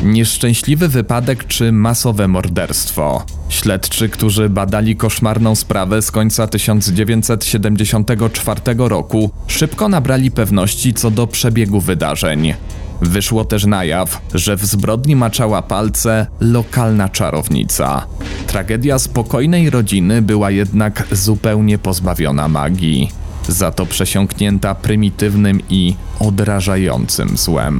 Nieszczęśliwy wypadek czy masowe morderstwo? Śledczy, którzy badali koszmarną sprawę z końca 1974 roku, szybko nabrali pewności co do przebiegu wydarzeń. Wyszło też na jaw, że w zbrodni maczała palce lokalna czarownica. Tragedia spokojnej rodziny była jednak zupełnie pozbawiona magii, za to przesiąknięta prymitywnym i odrażającym złem.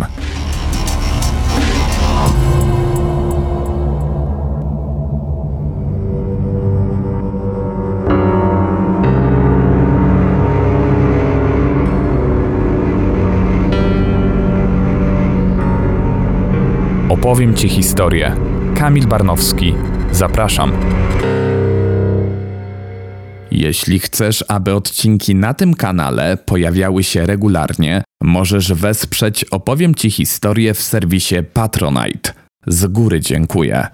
Opowiem Ci historię. Kamil Barnowski. Zapraszam. Jeśli chcesz, aby odcinki na tym kanale pojawiały się regularnie, możesz wesprzeć Opowiem Ci historię w serwisie Patronite. Z góry dziękuję.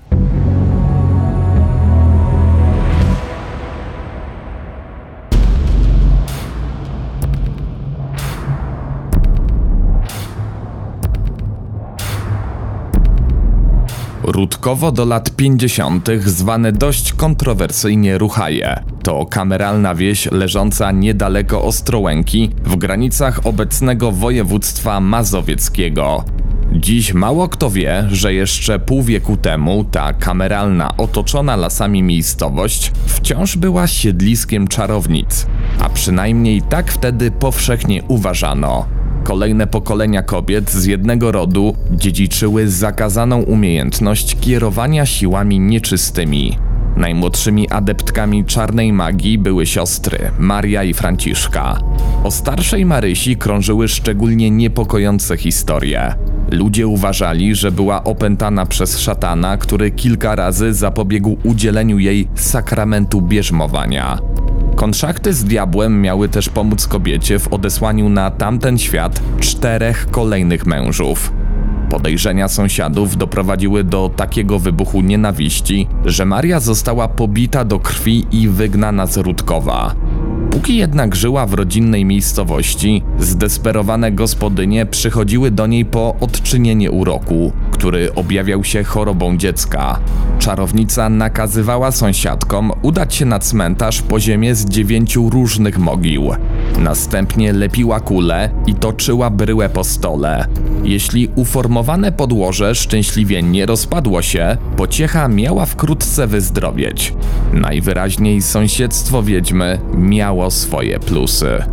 Rudkowo do lat 50. zwane dość kontrowersyjnie Ruchaje. To kameralna wieś leżąca niedaleko Ostrołęki w granicach obecnego województwa mazowieckiego. Dziś mało kto wie, że jeszcze pół wieku temu ta kameralna, otoczona lasami miejscowość wciąż była siedliskiem czarownic, a przynajmniej tak wtedy powszechnie uważano. Kolejne pokolenia kobiet z jednego rodu dziedziczyły zakazaną umiejętność kierowania siłami nieczystymi. Najmłodszymi adeptkami czarnej magii były siostry Maria i Franciszka. O starszej Marysi krążyły szczególnie niepokojące historie. Ludzie uważali, że była opętana przez szatana, który kilka razy zapobiegł udzieleniu jej sakramentu bierzmowania. Konszachty z diabłem miały też pomóc kobiecie w odesłaniu na tamten świat 4 kolejnych mężów. Podejrzenia sąsiadów doprowadziły do takiego wybuchu nienawiści, że Maria została pobita do krwi i wygnana z Rudkowa. Póki jednak żyła w rodzinnej miejscowości, zdesperowane gospodynie przychodziły do niej po odczynienie uroku, który objawiał się chorobą dziecka. Czarownica nakazywała sąsiadkom udać się na cmentarz po ziemię z 9 różnych mogił. Następnie lepiła kulę i toczyła bryłę po stole. Jeśli uformowane podłoże szczęśliwie nie rozpadło się, pociecha miała wkrótce wyzdrowieć. Najwyraźniej sąsiedztwo wiedźmy miało swoje plusy.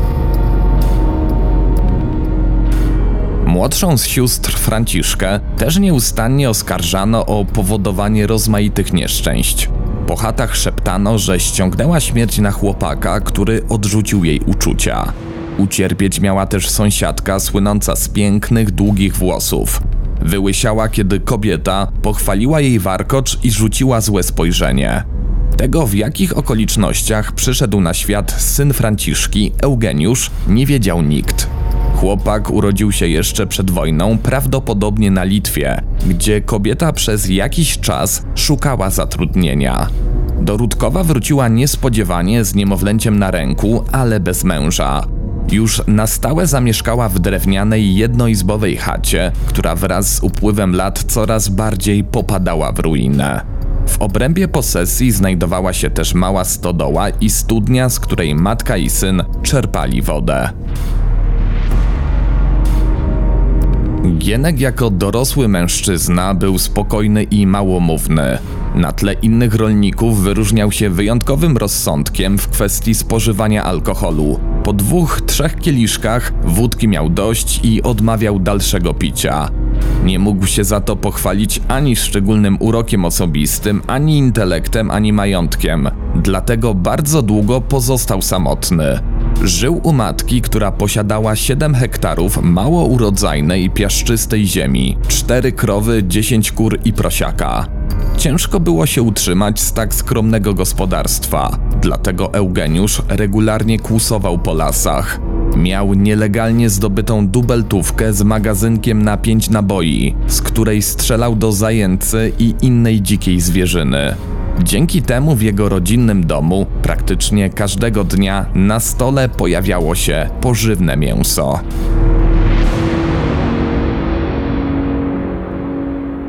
Młodszą z sióstr Franciszkę też nieustannie oskarżano o powodowanie rozmaitych nieszczęść. Po chatach szeptano, że ściągnęła śmierć na chłopaka, który odrzucił jej uczucia. Ucierpieć miała też sąsiadka słynąca z pięknych, długich włosów. Wyłysiała, kiedy kobieta pochwaliła jej warkocz i rzuciła złe spojrzenie. Tego, w jakich okolicznościach przyszedł na świat syn Franciszki, Eugeniusz, nie wiedział nikt. Chłopak urodził się jeszcze przed wojną, prawdopodobnie na Litwie, gdzie kobieta przez jakiś czas szukała zatrudnienia. Do Rudkowa wróciła niespodziewanie z niemowlęciem na ręku, ale bez męża. Już na stałe zamieszkała w drewnianej jednoizbowej chacie, która wraz z upływem lat coraz bardziej popadała w ruinę. W obrębie posesji znajdowała się też mała stodoła i studnia, z której matka i syn czerpali wodę. Gienek jako dorosły mężczyzna był spokojny i małomówny. Na tle innych rolników wyróżniał się wyjątkowym rozsądkiem w kwestii spożywania alkoholu. Po 2-3 kieliszkach wódki miał dość i odmawiał dalszego picia. Nie mógł się za to pochwalić ani szczególnym urokiem osobistym, ani intelektem, ani majątkiem. Dlatego bardzo długo pozostał samotny. Żył u matki, która posiadała 7 hektarów mało urodzajnej i piaszczystej ziemi, 4 krowy, 10 kur i prosiaka. Ciężko było się utrzymać z tak skromnego gospodarstwa, dlatego Eugeniusz regularnie kłusował po lasach. Miał nielegalnie zdobytą dubeltówkę z magazynkiem na 5 naboi, z której strzelał do zajęcy i innej dzikiej zwierzyny. Dzięki temu w jego rodzinnym domu praktycznie każdego dnia na stole pojawiało się pożywne mięso.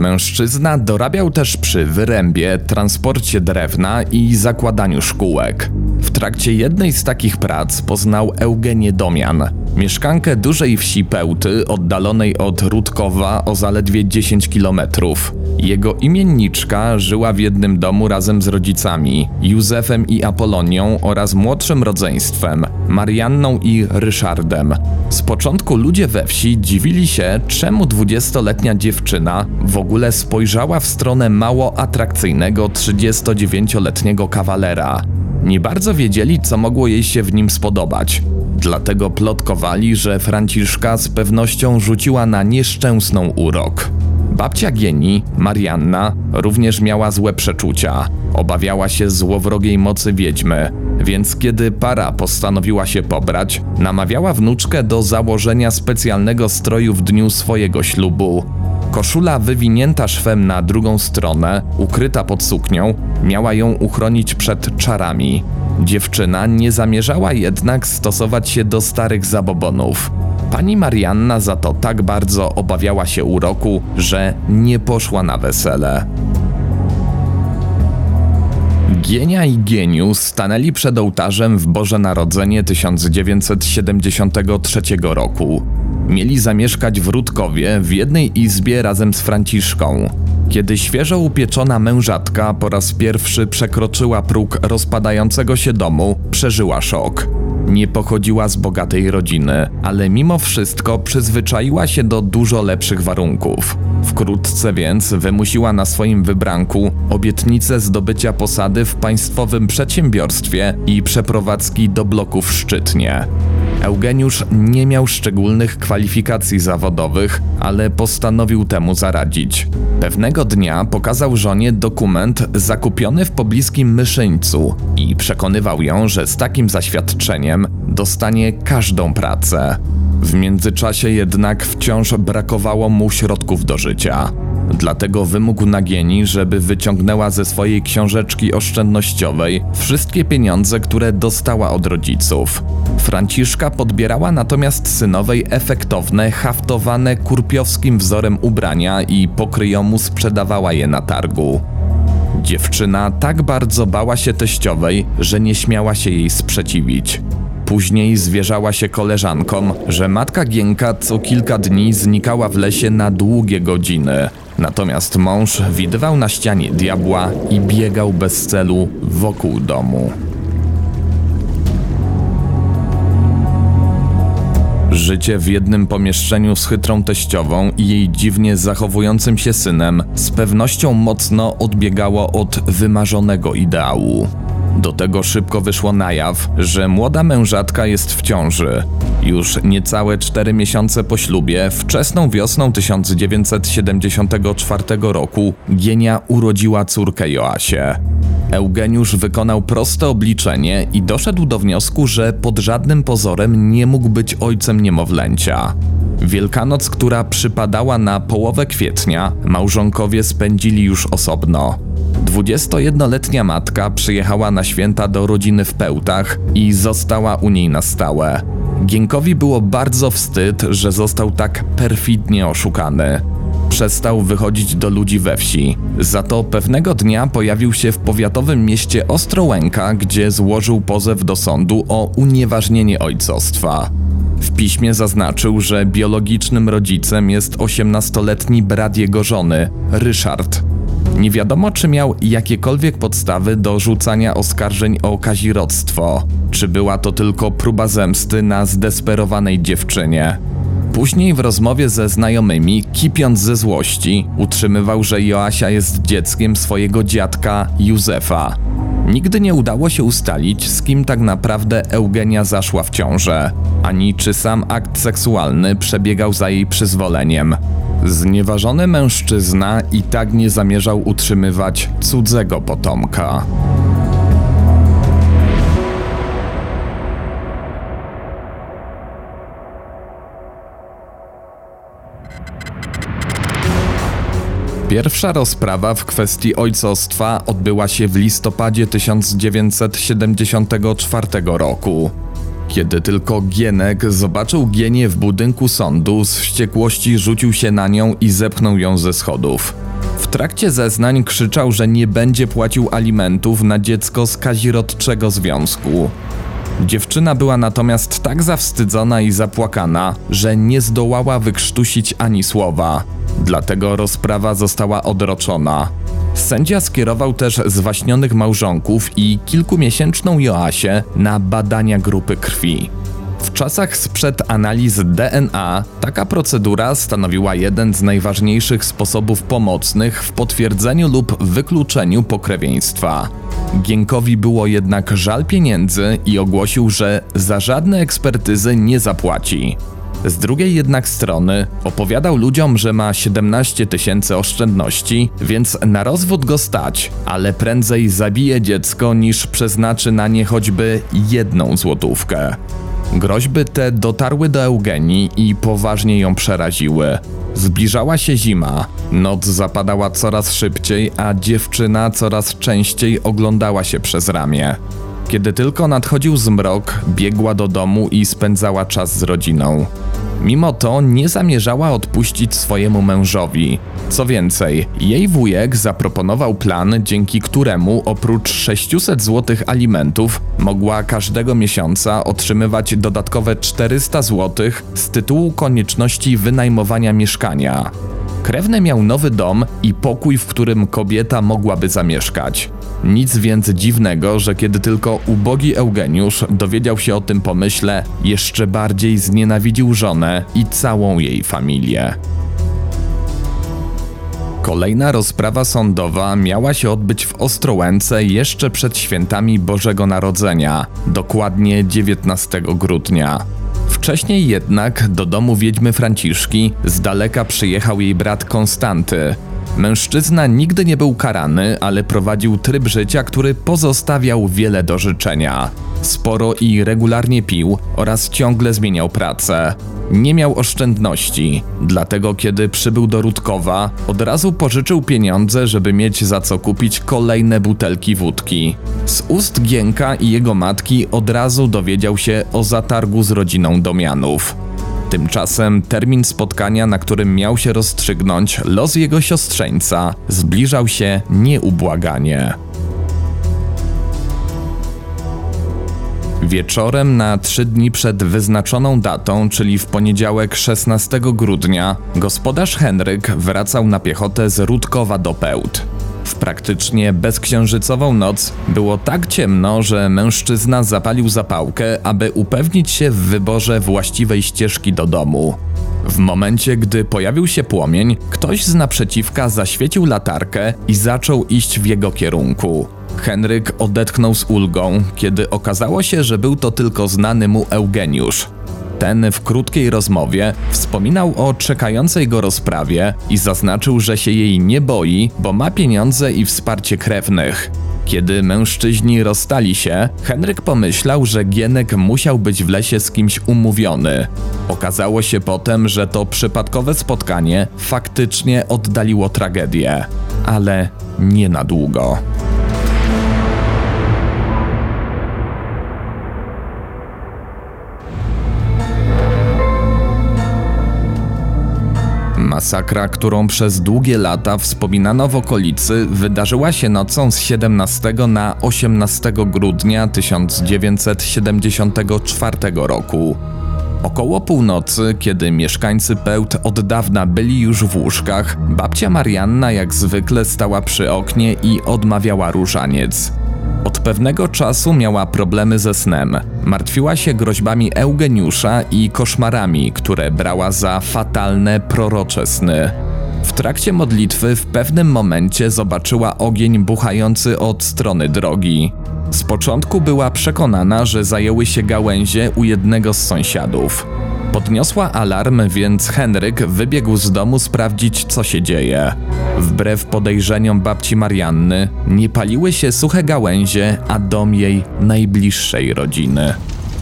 Mężczyzna dorabiał też przy wyrębie, transporcie drewna i zakładaniu szkółek. W trakcie jednej z takich prac poznał Eugenię Domian, mieszkankę dużej wsi Pełty, oddalonej od Rudkowa o zaledwie 10 km. Jego imienniczka żyła w jednym domu razem z rodzicami, Józefem i Apolonią oraz młodszym rodzeństwem, Marianną i Ryszardem. Z początku ludzie we wsi dziwili się, czemu 20-letnia dziewczyna w ogóle spojrzała w stronę mało atrakcyjnego 39-letniego kawalera. Nie bardzo wiedzieli, co mogło jej się w nim spodobać. Dlatego plotkowali, że Franciszka z pewnością rzuciła na nieszczęsną urok. Babcia Gieni, Marianna, również miała złe przeczucia. Obawiała się złowrogiej mocy wiedźmy, więc kiedy para postanowiła się pobrać, namawiała wnuczkę do założenia specjalnego stroju w dniu swojego ślubu. Koszula wywinięta szwem na drugą stronę, ukryta pod suknią, miała ją uchronić przed czarami. Dziewczyna nie zamierzała jednak stosować się do starych zabobonów. Pani Marianna za to tak bardzo obawiała się uroku, że nie poszła na wesele. Gienia i Gieniu stanęli przed ołtarzem w Boże Narodzenie 1973 roku. Mieli zamieszkać w Rudkowie w jednej izbie razem z Franciszką. Kiedy świeżo upieczona mężatka po raz pierwszy przekroczyła próg rozpadającego się domu, przeżyła szok. Nie pochodziła z bogatej rodziny, ale mimo wszystko przyzwyczaiła się do dużo lepszych warunków. Wkrótce więc wymusiła na swoim wybranku obietnicę zdobycia posady w państwowym przedsiębiorstwie i przeprowadzki do bloku w Szczytnie. Eugeniusz nie miał szczególnych kwalifikacji zawodowych, ale postanowił temu zaradzić. Pewnego dnia pokazał żonie dokument zakupiony w pobliskim Myszyńcu i przekonywał ją, że z takim zaświadczeniem dostanie każdą pracę. W międzyczasie jednak wciąż brakowało mu środków do życia. Dlatego wymógł na Gieni, żeby wyciągnęła ze swojej książeczki oszczędnościowej wszystkie pieniądze, które dostała od rodziców. Franciszka podbierała natomiast synowej efektowne, haftowane kurpiowskim wzorem ubrania i pokryjomu sprzedawała je na targu. Dziewczyna tak bardzo bała się teściowej, że nie śmiała się jej sprzeciwić. Później zwierzała się koleżankom, że matka Gienka co kilka dni znikała w lesie na długie godziny. Natomiast mąż widywał na ścianie diabła i biegał bez celu wokół domu. Życie w jednym pomieszczeniu z chytrą teściową i jej dziwnie zachowującym się synem z pewnością mocno odbiegało od wymarzonego ideału. Do tego szybko wyszło na jaw, że młoda mężatka jest w ciąży. Już niecałe 4 miesiące po ślubie, wczesną wiosną 1974 roku, Gienia urodziła córkę Joasię. Eugeniusz wykonał proste obliczenie i doszedł do wniosku, że pod żadnym pozorem nie mógł być ojcem niemowlęcia. Wielkanoc, która przypadała na połowę kwietnia, małżonkowie spędzili już osobno. 21-letnia matka przyjechała na święta do rodziny w Pełtach i została u niej na stałe. Gienkowi było bardzo wstyd, że został tak perfidnie oszukany. Przestał wychodzić do ludzi we wsi. Za to pewnego dnia pojawił się w powiatowym mieście Ostrołęka, gdzie złożył pozew do sądu o unieważnienie ojcostwa. W piśmie zaznaczył, że biologicznym rodzicem jest 18-letni brat jego żony, Ryszard. Nie wiadomo, czy miał jakiekolwiek podstawy do rzucania oskarżeń o kazirodztwo, czy była to tylko próba zemsty na zdesperowanej dziewczynie. Później w rozmowie ze znajomymi, kipiąc ze złości, utrzymywał, że Joasia jest dzieckiem swojego dziadka Józefa. Nigdy nie udało się ustalić, z kim tak naprawdę Eugenia zaszła w ciążę, ani czy sam akt seksualny przebiegał za jej przyzwoleniem. Znieważony mężczyzna i tak nie zamierzał utrzymywać cudzego potomka. Pierwsza rozprawa w kwestii ojcostwa odbyła się w listopadzie 1974 roku. Kiedy tylko Gienek zobaczył Gienię w budynku sądu, z wściekłości rzucił się na nią i zepchnął ją ze schodów. W trakcie zeznań krzyczał, że nie będzie płacił alimentów na dziecko z kazirodczego związku. Dziewczyna była natomiast tak zawstydzona i zapłakana, że nie zdołała wykrztusić ani słowa. Dlatego rozprawa została odroczona. Sędzia skierował też zwaśnionych małżonków i kilkumiesięczną Joasię na badania grupy krwi. W czasach sprzed analiz DNA taka procedura stanowiła jeden z najważniejszych sposobów pomocnych w potwierdzeniu lub wykluczeniu pokrewieństwa. Gienkowi było jednak żal pieniędzy i ogłosił, że za żadne ekspertyzy nie zapłaci. Z drugiej jednak strony opowiadał ludziom, że ma 17 000 oszczędności, więc na rozwód go stać, ale prędzej zabije dziecko niż przeznaczy na nie choćby 1 złotówkę. Groźby te dotarły do Eugenii i poważnie ją przeraziły. Zbliżała się zima, noc zapadała coraz szybciej, a dziewczyna coraz częściej oglądała się przez ramię. Kiedy tylko nadchodził zmrok, biegła do domu i spędzała czas z rodziną. Mimo to nie zamierzała odpuścić swojemu mężowi. Co więcej, jej wujek zaproponował plan, dzięki któremu oprócz 600 zł alimentów mogła każdego miesiąca otrzymywać dodatkowe 400 zł z tytułu konieczności wynajmowania mieszkania. Krewny miał nowy dom i pokój, w którym kobieta mogłaby zamieszkać. Nic więc dziwnego, że kiedy tylko ubogi Eugeniusz dowiedział się o tym pomyśle, jeszcze bardziej znienawidził żonę i całą jej familię. Kolejna rozprawa sądowa miała się odbyć w Ostrołęce jeszcze przed świętami Bożego Narodzenia, dokładnie 19 grudnia. Wcześniej jednak do domu wiedźmy Franciszki z daleka przyjechał jej brat Konstanty. Mężczyzna nigdy nie był karany, ale prowadził tryb życia, który pozostawiał wiele do życzenia. Sporo i regularnie pił oraz ciągle zmieniał pracę. Nie miał oszczędności, dlatego kiedy przybył do Rudkowa, od razu pożyczył pieniądze, żeby mieć za co kupić kolejne butelki wódki. Z ust Gienka i jego matki od razu dowiedział się o zatargu z rodziną Domianów. Tymczasem termin spotkania, na którym miał się rozstrzygnąć los jego siostrzeńca, zbliżał się nieubłaganie. Wieczorem na 3 dni przed wyznaczoną datą, czyli w poniedziałek 16 grudnia, gospodarz Henryk wracał na piechotę z Rudkowa do Pełt. W praktycznie bezksiężycową noc było tak ciemno, że mężczyzna zapalił zapałkę, aby upewnić się w wyborze właściwej ścieżki do domu. W momencie, gdy pojawił się płomień, ktoś z naprzeciwka zaświecił latarkę i zaczął iść w jego kierunku. Henryk odetchnął z ulgą, kiedy okazało się, że był to tylko znany mu Eugeniusz. Ten w krótkiej rozmowie wspominał o czekającej go rozprawie i zaznaczył, że się jej nie boi, bo ma pieniądze i wsparcie krewnych. Kiedy mężczyźni rozstali się, Henryk pomyślał, że Gienek musiał być w lesie z kimś umówiony. Okazało się potem, że to przypadkowe spotkanie faktycznie oddaliło tragedię, ale nie na długo. Masakra, którą przez długie lata wspominano w okolicy, wydarzyła się nocą z 17 na 18 grudnia 1974 roku. Około północy, kiedy mieszkańcy Pełt od dawna byli już w łóżkach, babcia Marianna jak zwykle stała przy oknie i odmawiała różaniec. Od pewnego czasu miała problemy ze snem. Martwiła się groźbami Eugeniusza i koszmarami, które brała za fatalne, prorocze sny. W trakcie modlitwy w pewnym momencie zobaczyła ogień buchający od strony drogi. Z początku była przekonana, że zajęły się gałęzie u jednego z sąsiadów. Podniosła alarm, więc Henryk wybiegł z domu sprawdzić, co się dzieje. Wbrew podejrzeniom babci Marianny, nie paliły się suche gałęzie, a dom jej najbliższej rodziny.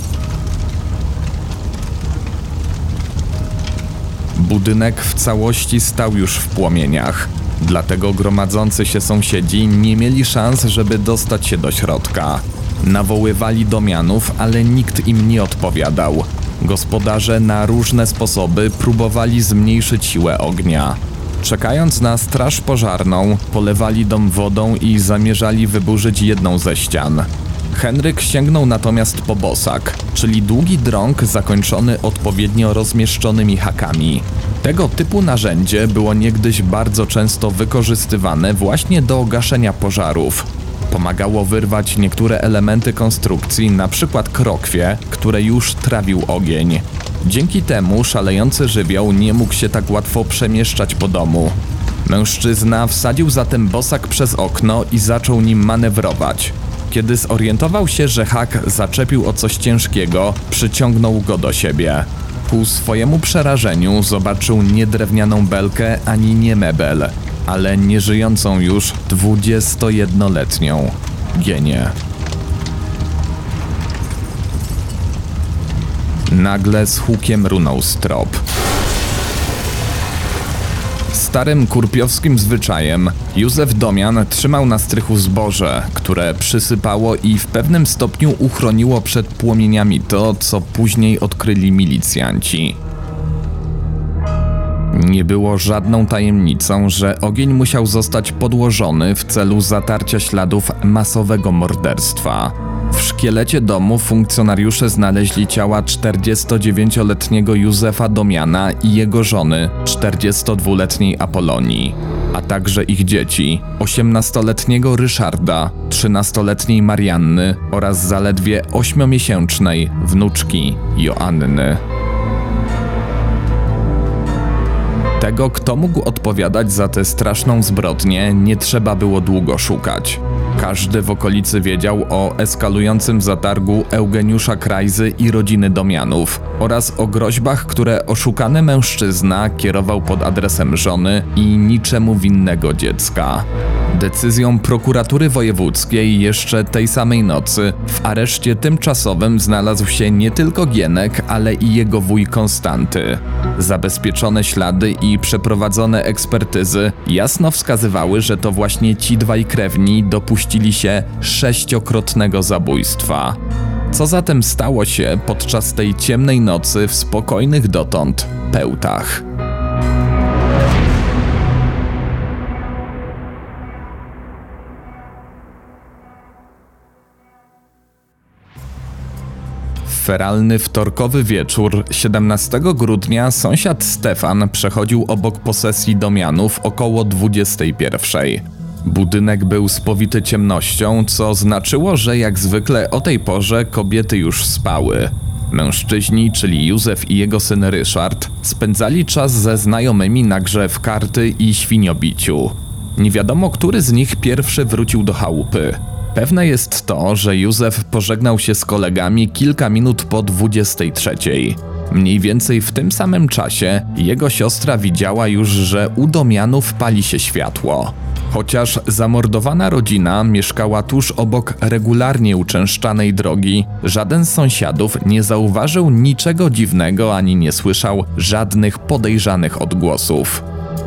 Budynek w całości stał już w płomieniach, dlatego gromadzący się sąsiedzi nie mieli szans, żeby dostać się do środka. Nawoływali domianów, ale nikt im nie odpowiadał. Gospodarze na różne sposoby próbowali zmniejszyć siłę ognia. Czekając na straż pożarną, polewali dom wodą i zamierzali wyburzyć jedną ze ścian. Henryk sięgnął natomiast po bosak, czyli długi drąg zakończony odpowiednio rozmieszczonymi hakami. Tego typu narzędzie było niegdyś bardzo często wykorzystywane właśnie do gaszenia pożarów. Pomagało wyrwać niektóre elementy konstrukcji, np. krokwie, które już trawił ogień. Dzięki temu szalejący żywioł nie mógł się tak łatwo przemieszczać po domu. Mężczyzna wsadził zatem bosak przez okno i zaczął nim manewrować. Kiedy zorientował się, że hak zaczepił o coś ciężkiego, przyciągnął go do siebie. Ku swojemu przerażeniu zobaczył nie drewnianą belkę ani nie mebel, ale nieżyjącą już 21-letnią Gienię. Nagle z hukiem runął strop. Starym kurpiowskim zwyczajem Józef Domian trzymał na strychu zboże, które przysypało i w pewnym stopniu uchroniło przed płomieniami to, co później odkryli milicjanci. Nie było żadną tajemnicą, że ogień musiał zostać podłożony w celu zatarcia śladów masowego morderstwa. W szkielecie domu funkcjonariusze znaleźli ciała 49-letniego Józefa Domiana i jego żony, 42-letniej Apolonii, a także ich dzieci, 18-letniego Ryszarda, 13-letniej Marianny oraz zaledwie 8-miesięcznej wnuczki Joanny. Tego, kto mógł odpowiadać za tę straszną zbrodnię, nie trzeba było długo szukać. Każdy w okolicy wiedział o eskalującym zatargu Eugeniusza Krajzy i rodziny Domianów oraz o groźbach, które oszukany mężczyzna kierował pod adresem żony i niczemu winnego dziecka. Decyzją prokuratury wojewódzkiej jeszcze tej samej nocy w areszcie tymczasowym znalazł się nie tylko Gienek, ale i jego wuj Konstanty. Zabezpieczone ślady i przeprowadzone ekspertyzy jasno wskazywały, że to właśnie ci dwaj krewni dopuścili się 6-krotnego zabójstwa. Co zatem stało się podczas tej ciemnej nocy w spokojnych dotąd Pełtach? Feralny wtorkowy wieczór 17 grudnia sąsiad Stefan przechodził obok posesji Domianów około 21. Budynek był spowity ciemnością, co znaczyło, że jak zwykle o tej porze kobiety już spały. Mężczyźni, czyli Józef i jego syn Ryszard, spędzali czas ze znajomymi na grze w karty i świniobiciu. Nie wiadomo, który z nich pierwszy wrócił do chałupy. Pewne jest to, że Józef pożegnał się z kolegami kilka minut po 23. Mniej więcej w tym samym czasie jego siostra widziała już, że u Domianów pali się światło. Chociaż zamordowana rodzina mieszkała tuż obok regularnie uczęszczanej drogi, żaden z sąsiadów nie zauważył niczego dziwnego ani nie słyszał żadnych podejrzanych odgłosów.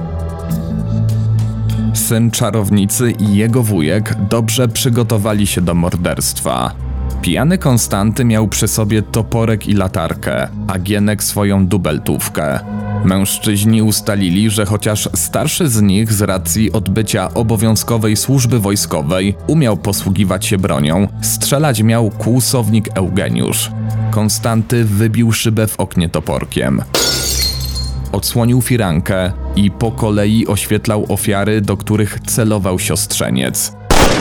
Syn czarownicy i jego wujek dobrze przygotowali się do morderstwa. Pijany Konstanty miał przy sobie toporek i latarkę, a Gienek swoją dubeltówkę. Mężczyźni ustalili, że chociaż starszy z nich z racji odbycia obowiązkowej służby wojskowej umiał posługiwać się bronią, strzelać miał kłusownik Eugeniusz. Konstanty wybił szybę w oknie toporkiem. Odsłonił firankę i po kolei oświetlał ofiary, do których celował siostrzeniec.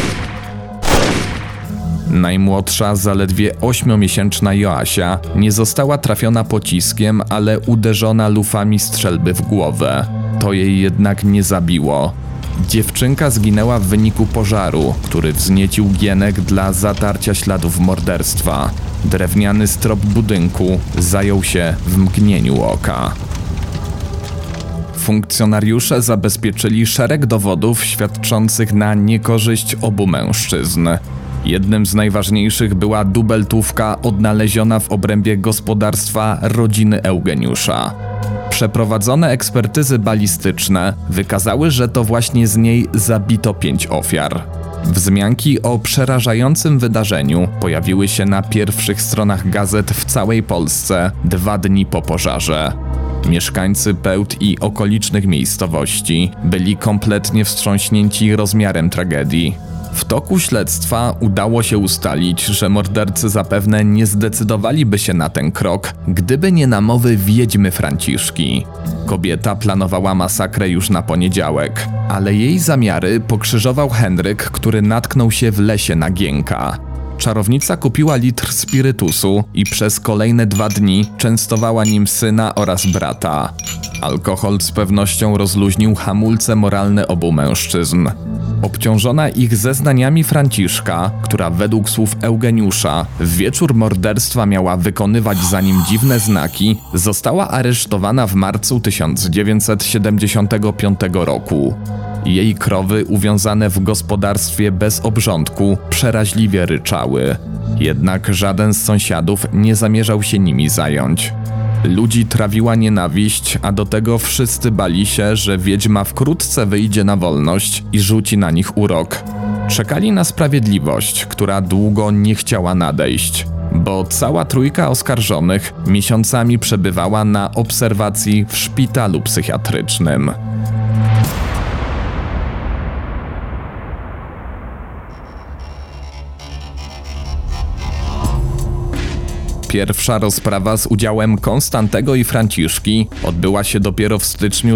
Najmłodsza, zaledwie 8-miesięczna Joasia nie została trafiona pociskiem, ale uderzona lufami strzelby w głowę. To jej jednak nie zabiło. Dziewczynka zginęła w wyniku pożaru, który wzniecił Gienek dla zatarcia śladów morderstwa. Drewniany strop budynku zajął się w mgnieniu oka. Funkcjonariusze zabezpieczyli szereg dowodów świadczących na niekorzyść obu mężczyzn. Jednym z najważniejszych była dubeltówka odnaleziona w obrębie gospodarstwa rodziny Eugeniusza. Przeprowadzone ekspertyzy balistyczne wykazały, że to właśnie z niej zabito 5 ofiar. Wzmianki o przerażającym wydarzeniu pojawiły się na pierwszych stronach gazet w całej Polsce 2 dni po pożarze. Mieszkańcy Pełt i okolicznych miejscowości byli kompletnie wstrząśnięci rozmiarem tragedii. W toku śledztwa udało się ustalić, że mordercy zapewne nie zdecydowaliby się na ten krok, gdyby nie namowy wiedźmy Franciszki. Kobieta planowała masakrę już na poniedziałek, ale jej zamiary pokrzyżował Henryk, który natknął się w lesie na Gienka. Czarownica kupiła litr spirytusu i przez kolejne 2 dni częstowała nim syna oraz brata. Alkohol z pewnością rozluźnił hamulce moralne obu mężczyzn. Obciążona ich zeznaniami Franciszka, która według słów Eugeniusza w wieczór morderstwa miała wykonywać za nim dziwne znaki, została aresztowana w marcu 1975 roku. Jej krowy uwiązane w gospodarstwie bez obrządku przeraźliwie ryczały. Jednak żaden z sąsiadów nie zamierzał się nimi zająć. Ludzi trawiła nienawiść, a do tego wszyscy bali się, że wiedźma wkrótce wyjdzie na wolność i rzuci na nich urok. Czekali na sprawiedliwość, która długo nie chciała nadejść, bo cała trójka oskarżonych miesiącami przebywała na obserwacji w szpitalu psychiatrycznym. Pierwsza rozprawa z udziałem Konstantego i Franciszki odbyła się dopiero w styczniu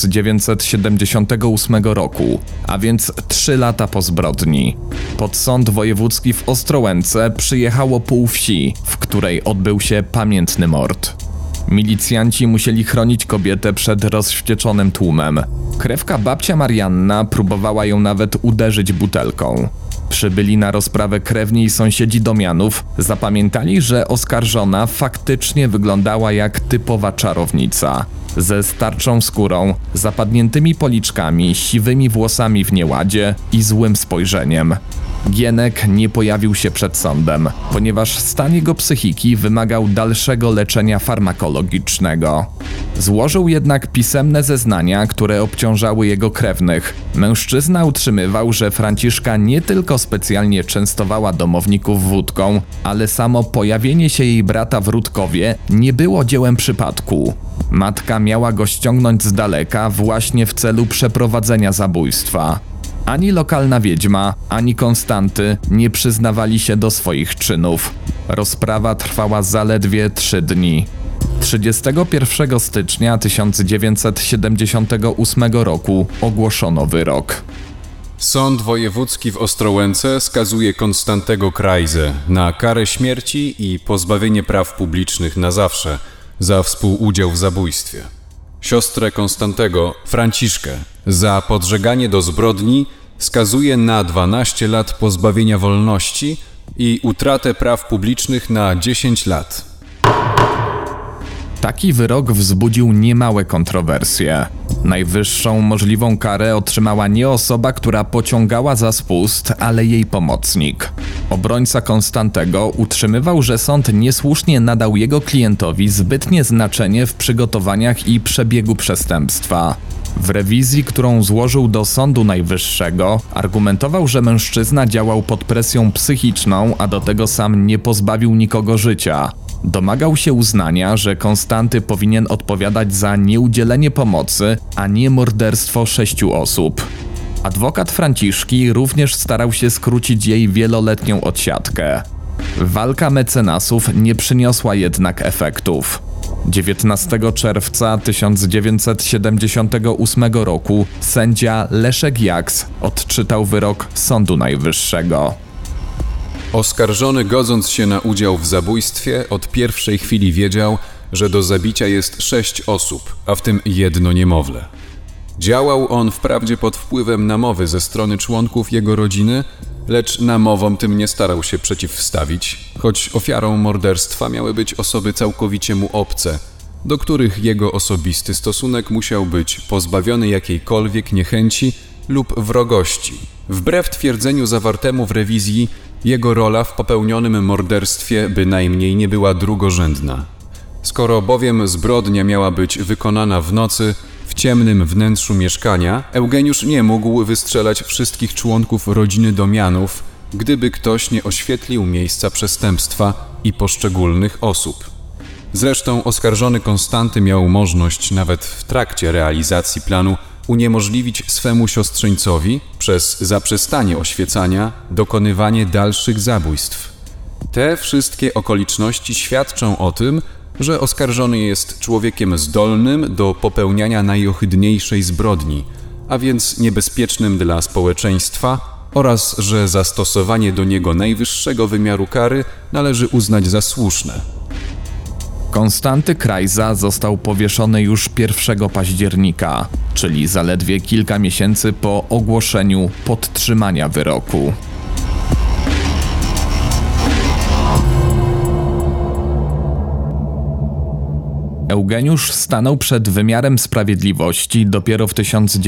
1978 roku, a więc 3 lata po zbrodni. Pod sąd wojewódzki w Ostrołęce przyjechało pół wsi, w której odbył się pamiętny mord. Milicjanci musieli chronić kobietę przed rozwścieczonym tłumem. Krewka babcia Marianna próbowała ją nawet uderzyć butelką. Przybyli na rozprawę krewni i sąsiedzi Domianów zapamiętali, że oskarżona faktycznie wyglądała jak typowa czarownica. Ze starczą skórą, zapadniętymi policzkami, siwymi włosami w nieładzie i złym spojrzeniem. Gienek nie pojawił się przed sądem, ponieważ stan jego psychiki wymagał dalszego leczenia farmakologicznego. Złożył jednak pisemne zeznania, które obciążały jego krewnych. Mężczyzna utrzymywał, że Franciszka nie tylko specjalnie częstowała domowników wódką, ale samo pojawienie się jej brata w Rudkowie nie było dziełem przypadku. Matka miała go ściągnąć z daleka właśnie w celu przeprowadzenia zabójstwa. Ani lokalna wiedźma, ani Konstanty nie przyznawali się do swoich czynów. Rozprawa trwała zaledwie 3 dni. 31 stycznia 1978 roku ogłoszono wyrok. Sąd wojewódzki w Ostrołęce skazuje Konstantego Krajzę na karę śmierci i pozbawienie praw publicznych na zawsze za współudział w zabójstwie. Siostrę Konstantego, Franciszkę, za podżeganie do zbrodni skazuje na 12 lat pozbawienia wolności i utratę praw publicznych na 10 lat. Taki wyrok wzbudził niemałe kontrowersje. Najwyższą możliwą karę otrzymała nie osoba, która pociągała za spust, ale jej pomocnik. Obrońca Konstantego utrzymywał, że sąd niesłusznie nadał jego klientowi zbytnie znaczenie w przygotowaniach i przebiegu przestępstwa. W rewizji, którą złożył do Sądu Najwyższego, argumentował, że mężczyzna działał pod presją psychiczną, a do tego sam nie pozbawił nikogo życia. Domagał się uznania, że Konstanty powinien odpowiadać za nieudzielenie pomocy, a nie morderstwo 6 osób. Adwokat Franciszki również starał się skrócić jej wieloletnią odsiadkę. Walka mecenasów nie przyniosła jednak efektów. 19 czerwca 1978 roku sędzia Leszek Jaks odczytał wyrok Sądu Najwyższego. Oskarżony, godząc się na udział w zabójstwie, od pierwszej chwili wiedział, że do zabicia jest 6 osób, a w tym 1 niemowlę. Działał on wprawdzie pod wpływem namowy ze strony członków jego rodziny, lecz namowom tym nie starał się przeciwstawić, choć ofiarą morderstwa miały być osoby całkowicie mu obce, do których jego osobisty stosunek musiał być pozbawiony jakiejkolwiek niechęci lub wrogości. Wbrew twierdzeniu zawartemu w rewizji, jego rola w popełnionym morderstwie bynajmniej nie była drugorzędna. Skoro bowiem zbrodnia miała być wykonana w nocy, w ciemnym wnętrzu mieszkania, Eugeniusz nie mógł wystrzelać wszystkich członków rodziny Domianów, gdyby ktoś nie oświetlił miejsca przestępstwa i poszczególnych osób. Zresztą oskarżony Konstanty miał możliwość nawet w trakcie realizacji planu uniemożliwić swemu siostrzeńcowi przez zaprzestanie oświecania dokonywanie dalszych zabójstw. Te wszystkie okoliczności świadczą o tym, że oskarżony jest człowiekiem zdolnym do popełniania najohydniejszej zbrodni, a więc niebezpiecznym dla społeczeństwa oraz że zastosowanie do niego najwyższego wymiaru kary należy uznać za słuszne. Konstanty Krajza został powieszony już 1 października, czyli zaledwie kilka miesięcy po ogłoszeniu podtrzymania wyroku. Eugeniusz stanął przed wymiarem sprawiedliwości dopiero w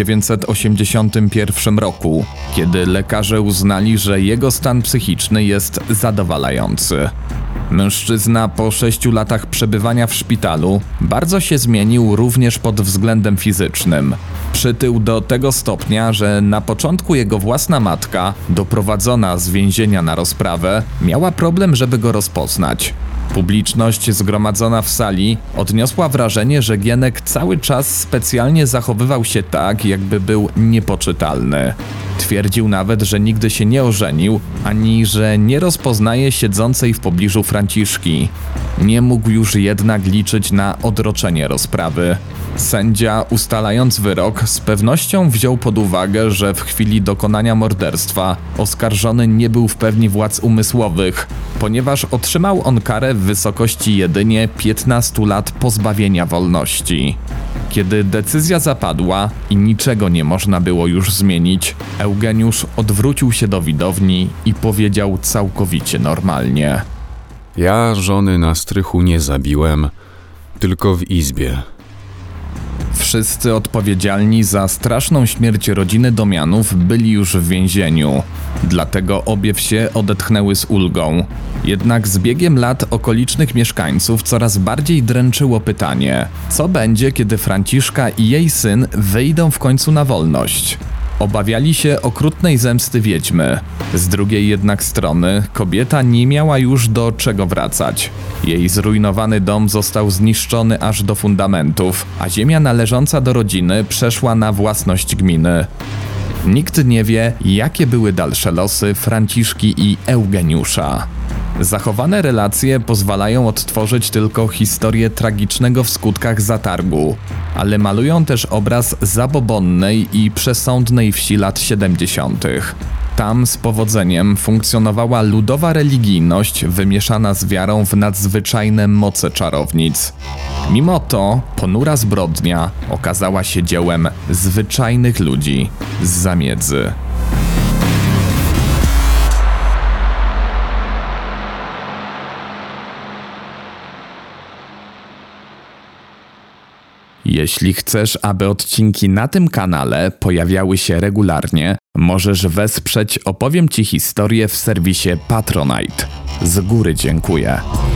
1981 roku, kiedy lekarze uznali, że jego stan psychiczny jest zadowalający. Mężczyzna po 6 latach przebywania w szpitalu bardzo się zmienił również pod względem fizycznym. Przytył do tego stopnia, że na początku jego własna matka, doprowadzona z więzienia na rozprawę, miała problem, żeby go rozpoznać. Publiczność zgromadzona w sali odniosła wrażenie, że Gienek cały czas specjalnie zachowywał się tak, jakby był niepoczytalny. Twierdził nawet, że nigdy się nie ożenił, ani że nie rozpoznaje siedzącej w pobliżu Franciszki. Nie mógł już jednak liczyć na odroczenie rozprawy. Sędzia, ustalając wyrok, z pewnością wziął pod uwagę, że w chwili dokonania morderstwa oskarżony nie był w pełni władz umysłowych, ponieważ otrzymał on karę w wysokości jedynie 15 lat pozbawienia wolności. Kiedy decyzja zapadła i niczego nie można było już zmienić, Eugeniusz odwrócił się do widowni i powiedział całkowicie normalnie: Ja żony na strychu nie zabiłem, tylko w izbie. Wszyscy odpowiedzialni za straszną śmierć rodziny Domianów byli już w więzieniu. Dlatego obie wsie odetchnęły z ulgą. Jednak z biegiem lat okolicznych mieszkańców coraz bardziej dręczyło pytanie: co będzie, kiedy Franciszka i jej syn wyjdą w końcu na wolność? Obawiali się okrutnej zemsty wiedźmy. Z drugiej jednak strony kobieta nie miała już do czego wracać. Jej zrujnowany dom został zniszczony aż do fundamentów, a ziemia należąca do rodziny przeszła na własność gminy. Nikt nie wie, jakie były dalsze losy Franciszki i Eugeniusza. Zachowane relacje pozwalają odtworzyć tylko historię tragicznego w skutkach zatargu, ale malują też obraz zabobonnej i przesądnej wsi lat 70. Tam z powodzeniem funkcjonowała ludowa religijność wymieszana z wiarą w nadzwyczajne moce czarownic. Mimo to ponura zbrodnia okazała się dziełem zwyczajnych ludzi z zamiedzy. Jeśli chcesz, aby odcinki na tym kanale pojawiały się regularnie, możesz wesprzeć Opowiem Ci historię w serwisie Patronite. Z góry dziękuję.